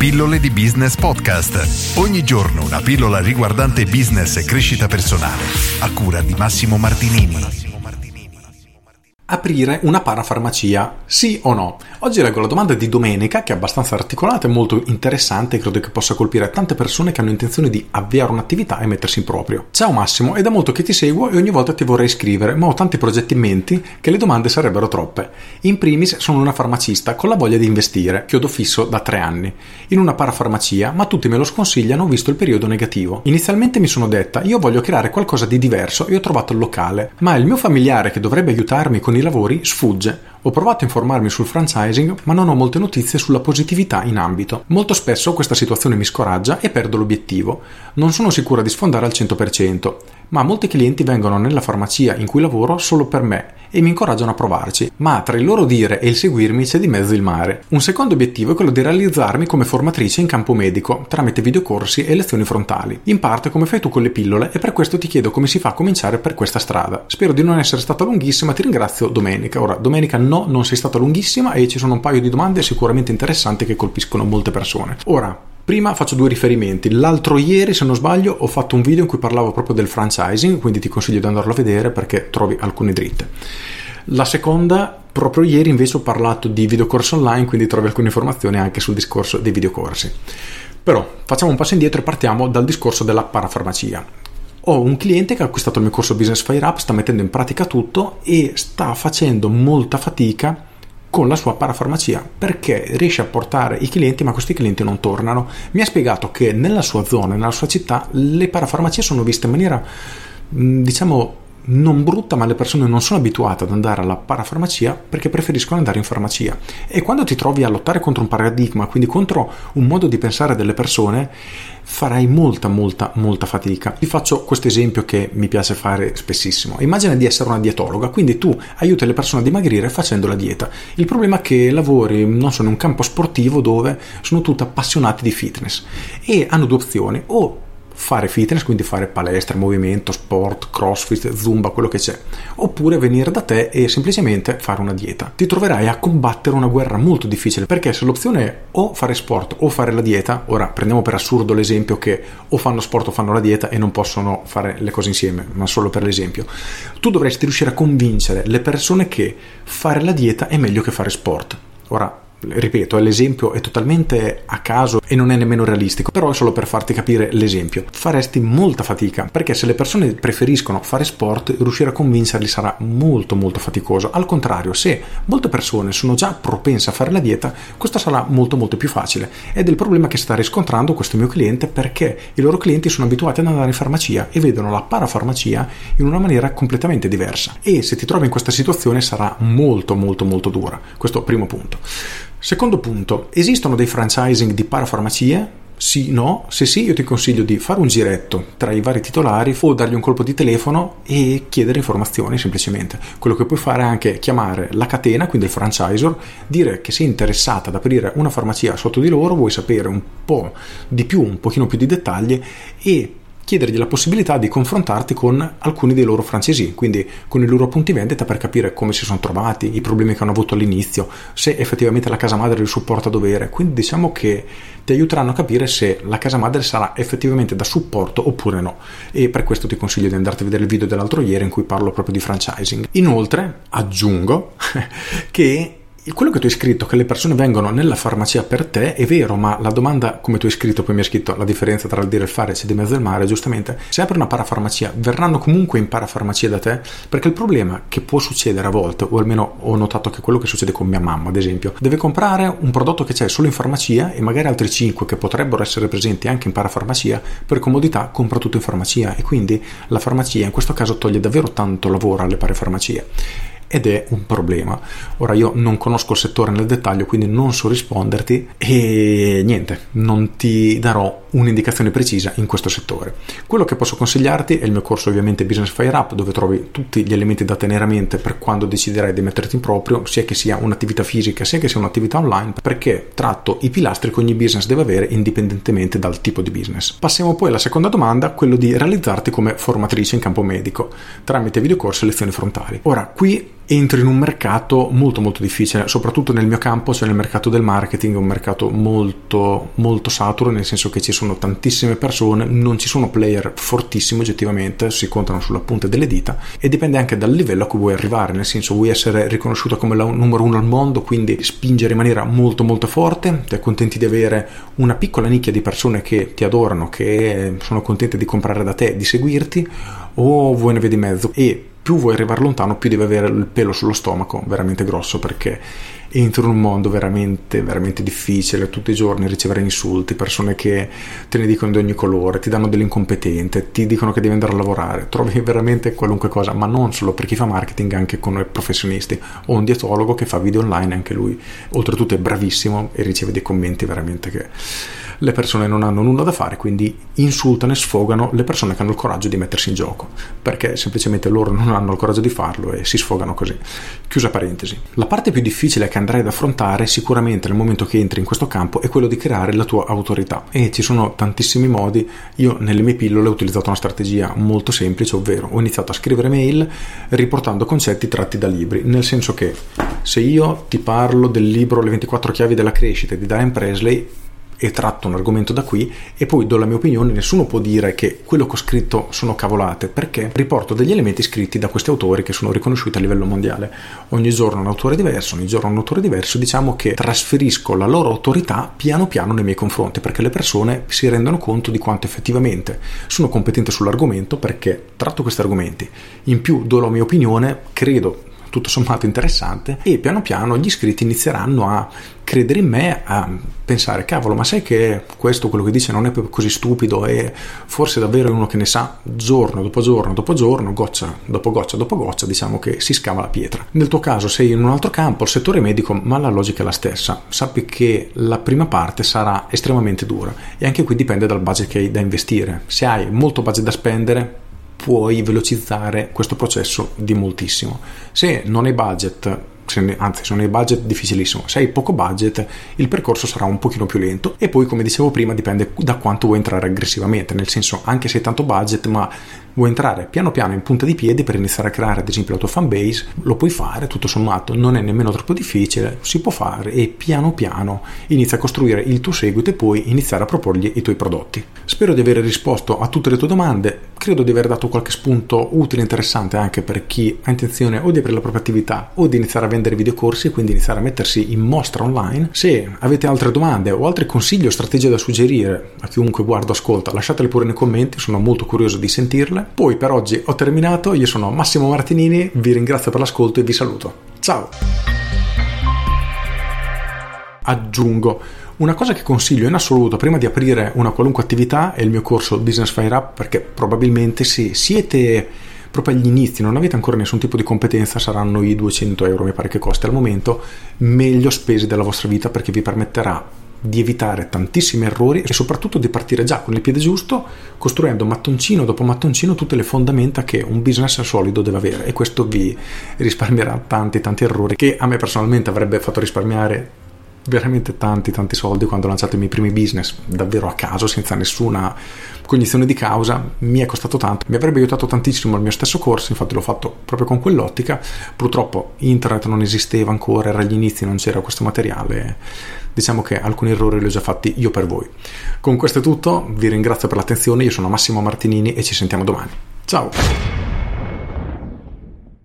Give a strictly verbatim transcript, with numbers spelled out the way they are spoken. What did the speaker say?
Pillole di Business Podcast. Ogni giorno una pillola riguardante business e crescita personale. A cura di Massimo Martinini. Aprire una parafarmacia, sì o no? Oggi leggo la domanda di Domenica, che è abbastanza articolata e molto interessante e credo che possa colpire tante persone che hanno intenzione di avviare un'attività e mettersi in proprio. Ciao Massimo, è da molto che ti seguo e ogni volta ti vorrei scrivere, ma ho tanti progetti in mente che le domande sarebbero troppe. In primis sono una farmacista con la voglia di investire, chiodo fisso da tre anni, in una parafarmacia, ma tutti me lo sconsigliano visto il periodo negativo. Inizialmente mi sono detta, io voglio creare qualcosa di diverso e ho trovato il locale, ma il mio familiare che dovrebbe aiutarmi con i lavori sfugge. Ho provato a informarmi sul franchising, ma non ho molte notizie sulla positività in ambito. Molto spesso questa situazione mi scoraggia e perdo l'obiettivo. Non sono sicura di sfondare al cento per cento, ma molti clienti vengono nella farmacia in cui lavoro solo per me e mi incoraggiano a provarci, ma tra il loro dire e il seguirmi c'è di mezzo il mare. Un secondo obiettivo è quello di realizzarmi come formatrice in campo medico, tramite videocorsi e lezioni frontali, in parte come fai tu con le pillole, e per questo ti chiedo come si fa a cominciare per questa strada. Spero di non essere stata lunghissima, ti ringrazio Domenica. Ora, Domenica, no, non sei stata lunghissima e ci sono un paio di domande sicuramente interessanti che colpiscono molte persone. Ora, prima faccio due riferimenti. L'altro ieri, se non sbaglio, ho fatto un video in cui parlavo proprio del franchising, quindi ti consiglio di andarlo a vedere perché trovi alcune dritte. La seconda, proprio ieri invece ho parlato di videocorsi online, quindi trovi alcune informazioni anche sul discorso dei videocorsi. Però facciamo un passo indietro e partiamo dal discorso della parafarmacia. Ho un cliente che ha acquistato il mio corso Business Fire Up, sta mettendo in pratica tutto e sta facendo molta fatica con la sua parafarmacia perché riesce a portare i clienti, ma questi clienti non tornano. Mi ha spiegato che nella sua zona, nella sua città, le parafarmacie sono viste in maniera, diciamo, non brutta, ma le persone non sono abituate ad andare alla parafarmacia perché preferiscono andare in farmacia. E quando ti trovi a lottare contro un paradigma, quindi contro un modo di pensare delle persone, farai molta molta molta fatica. Ti faccio questo esempio che mi piace fare spessissimo. Immagina di essere una dietologa, quindi tu aiuti le persone a dimagrire facendo la dieta. Il problema è che lavori, non so, in un campo sportivo dove sono tutti appassionati di fitness e hanno due opzioni: o fare fitness, quindi fare palestra, movimento, sport, crossfit, zumba, quello che c'è, oppure venire da te e semplicemente fare una dieta. Ti troverai a combattere una guerra molto difficile, perché se l'opzione è o fare sport o fare la dieta, ora prendiamo per assurdo l'esempio che o fanno sport o fanno la dieta e non possono fare le cose insieme, ma solo per l'esempio, tu dovresti riuscire a convincere le persone che fare la dieta è meglio che fare sport. Ora, ripeto, l'esempio è totalmente a caso e non è nemmeno realistico, però è solo per farti capire l'esempio. Faresti molta fatica, perché se le persone preferiscono fare sport, riuscire a convincerli sarà molto molto faticoso. Al contrario, se molte persone sono già propense a fare la dieta, questo sarà molto molto più facile. Ed è il problema che sta riscontrando questo mio cliente, perché i loro clienti sono abituati ad andare in farmacia e vedono la parafarmacia in una maniera completamente diversa. E se ti trovi in questa situazione sarà molto molto molto dura. Questo primo punto. Secondo punto, esistono dei franchising di parafarmacie? Sì, no? Se sì, io ti consiglio di fare un giretto tra i vari titolari o dargli un colpo di telefono e chiedere informazioni semplicemente. Quello che puoi fare è anche chiamare la catena, quindi il franchisor, dire che sei interessata ad aprire una farmacia sotto di loro, vuoi sapere un po' di più, un pochino più di dettagli e chiedergli la possibilità di confrontarti con alcuni dei loro francesi, quindi con i loro punti vendita, per capire come si sono trovati, i problemi che hanno avuto all'inizio, se effettivamente la casa madre li supporta a dovere. Quindi diciamo che ti aiuteranno a capire se la casa madre sarà effettivamente da supporto oppure no, e per questo ti consiglio di andarti a vedere il video dell'altro ieri in cui parlo proprio di franchising. Inoltre aggiungo che quello che tu hai scritto, che le persone vengono nella farmacia per te, è vero, ma la domanda, come tu hai scritto, poi mi hai scritto la differenza tra il dire e il fare, c'è di mezzo il mare, giustamente. Se apri una parafarmacia, verranno comunque in parafarmacia da te? Perché il problema che può succedere a volte, o almeno ho notato che quello che succede con mia mamma, ad esempio, deve comprare un prodotto che c'è solo in farmacia e magari altri cinque che potrebbero essere presenti anche in parafarmacia, per comodità compra tutto in farmacia e quindi la farmacia in questo caso toglie davvero tanto lavoro alle parafarmacie. Ed è un problema. Ora, io non conosco il settore nel dettaglio, quindi non so risponderti e niente, non ti darò un'indicazione precisa in questo settore. Quello che posso consigliarti è il mio corso ovviamente Business Fire Up, dove trovi tutti gli elementi da tenere a mente per quando deciderai di metterti in proprio, sia che sia un'attività fisica sia che sia un'attività online, perché tratto i pilastri che ogni business deve avere indipendentemente dal tipo di business. Passiamo poi alla seconda domanda, quello di realizzarti come formatrice in campo medico tramite videocorsi e lezioni frontali. Ora, qui entro in un mercato molto molto difficile, soprattutto nel mio campo, cioè nel mercato del marketing, un mercato molto molto saturo, nel senso che ci sono tantissime persone, non ci sono player fortissimi oggettivamente, si contano sulla punta delle dita, e dipende anche dal livello a cui vuoi arrivare, nel senso vuoi essere riconosciuto come la numero uno al mondo, quindi spingere in maniera molto molto forte, ti accontenti di avere una piccola nicchia di persone che ti adorano, che sono contente di comprare da te, di seguirti, o vuoi una via di mezzo, e più vuoi arrivare lontano, più devi avere il pelo sullo stomaco veramente grosso, perché entro in un mondo veramente veramente difficile. Tutti i giorni ricevere insulti, persone che te ne dicono di ogni colore, ti danno dell'incompetente, ti dicono che devi andare a lavorare, trovi veramente qualunque cosa, ma non solo per chi fa marketing, anche con i professionisti. Ho un dietologo che fa video online, anche lui oltretutto è bravissimo e riceve dei commenti veramente che le persone non hanno nulla da fare, quindi insultano e sfogano le persone che hanno il coraggio di mettersi in gioco, perché semplicemente loro non hanno il coraggio di farlo e si sfogano così. Chiusa parentesi. La parte più difficile che andrai ad affrontare sicuramente nel momento che entri in questo campo è quello di creare la tua autorità, e ci sono tantissimi modi. Io nelle mie pillole ho utilizzato una strategia molto semplice, ovvero ho iniziato a scrivere mail riportando concetti tratti da libri, nel senso che se io ti parlo del libro Le ventiquattro chiavi della crescita di Diane Presley e tratto un argomento da qui e poi do la mia opinione, nessuno può dire che quello che ho scritto sono cavolate, perché riporto degli elementi scritti da questi autori che sono riconosciuti a livello mondiale. Ogni giorno un autore diverso, ogni giorno un autore diverso, diciamo che trasferisco la loro autorità piano piano nei miei confronti, perché le persone si rendono conto di quanto effettivamente sono competente sull'argomento, perché tratto questi argomenti, in più do la mia opinione, credo tutto sommato interessante, e piano piano gli iscritti inizieranno a credere in me, a pensare cavolo, ma sai che questo, quello che dice, non è proprio così stupido, e forse davvero è uno che ne sa. Giorno dopo giorno dopo giorno, goccia dopo goccia dopo goccia, diciamo che si scava la pietra. Nel tuo caso sei in un altro campo, il settore medico, ma la logica è la stessa. Sappi che la prima parte sarà estremamente dura, e anche qui dipende dal budget che hai da investire. Se hai molto budget da spendere, puoi velocizzare questo processo di moltissimo. Se non hai budget, anzi se non hai budget, difficilissimo. Se hai poco budget, il percorso sarà un pochino più lento, e poi, come dicevo prima, dipende da quanto vuoi entrare aggressivamente, nel senso, anche se hai tanto budget ma vuoi entrare piano piano in punta di piedi per iniziare a creare ad esempio la tua fan base, lo puoi fare, tutto sommato non è nemmeno troppo difficile, si può fare, e piano piano inizia a costruire il tuo seguito e poi iniziare a proporgli i tuoi prodotti. Spero di aver risposto a tutte le tue domande, credo di aver dato qualche spunto utile e interessante anche per chi ha intenzione o di aprire la propria attività o di iniziare a vendere videocorsi e quindi iniziare a mettersi in mostra online. Se avete altre domande o altri consigli o strategie da suggerire a chiunque guarda o ascolta, lasciatele pure nei commenti, sono molto curioso di sentirle. Poi per oggi ho terminato, io sono Massimo Martinini, vi ringrazio per l'ascolto e vi saluto. Ciao! Aggiungo una cosa che consiglio in assoluto prima di aprire una qualunque attività è il mio corso Business Fire Up, perché probabilmente se siete proprio agli inizi, non avete ancora nessun tipo di competenza, saranno i duecento euro, mi pare che costi al momento, meglio spesi della vostra vita, perché vi permetterà di evitare tantissimi errori e soprattutto di partire già con il piede giusto, costruendo mattoncino dopo mattoncino tutte le fondamenta che un business solido deve avere, e questo vi risparmierà tanti tanti errori che a me personalmente avrebbe fatto risparmiare veramente tanti tanti soldi quando ho lanciato i miei primi business davvero a caso, senza nessuna cognizione di causa. Mi è costato tanto, mi avrebbe aiutato tantissimo il mio stesso corso, infatti l'ho fatto proprio con quell'ottica. Purtroppo internet non esisteva ancora, era agli inizi, non c'era questo materiale, diciamo che alcuni errori li ho già fatti io per voi. Con questo è tutto, vi ringrazio per l'attenzione, io sono Massimo Martinini e ci sentiamo domani. Ciao!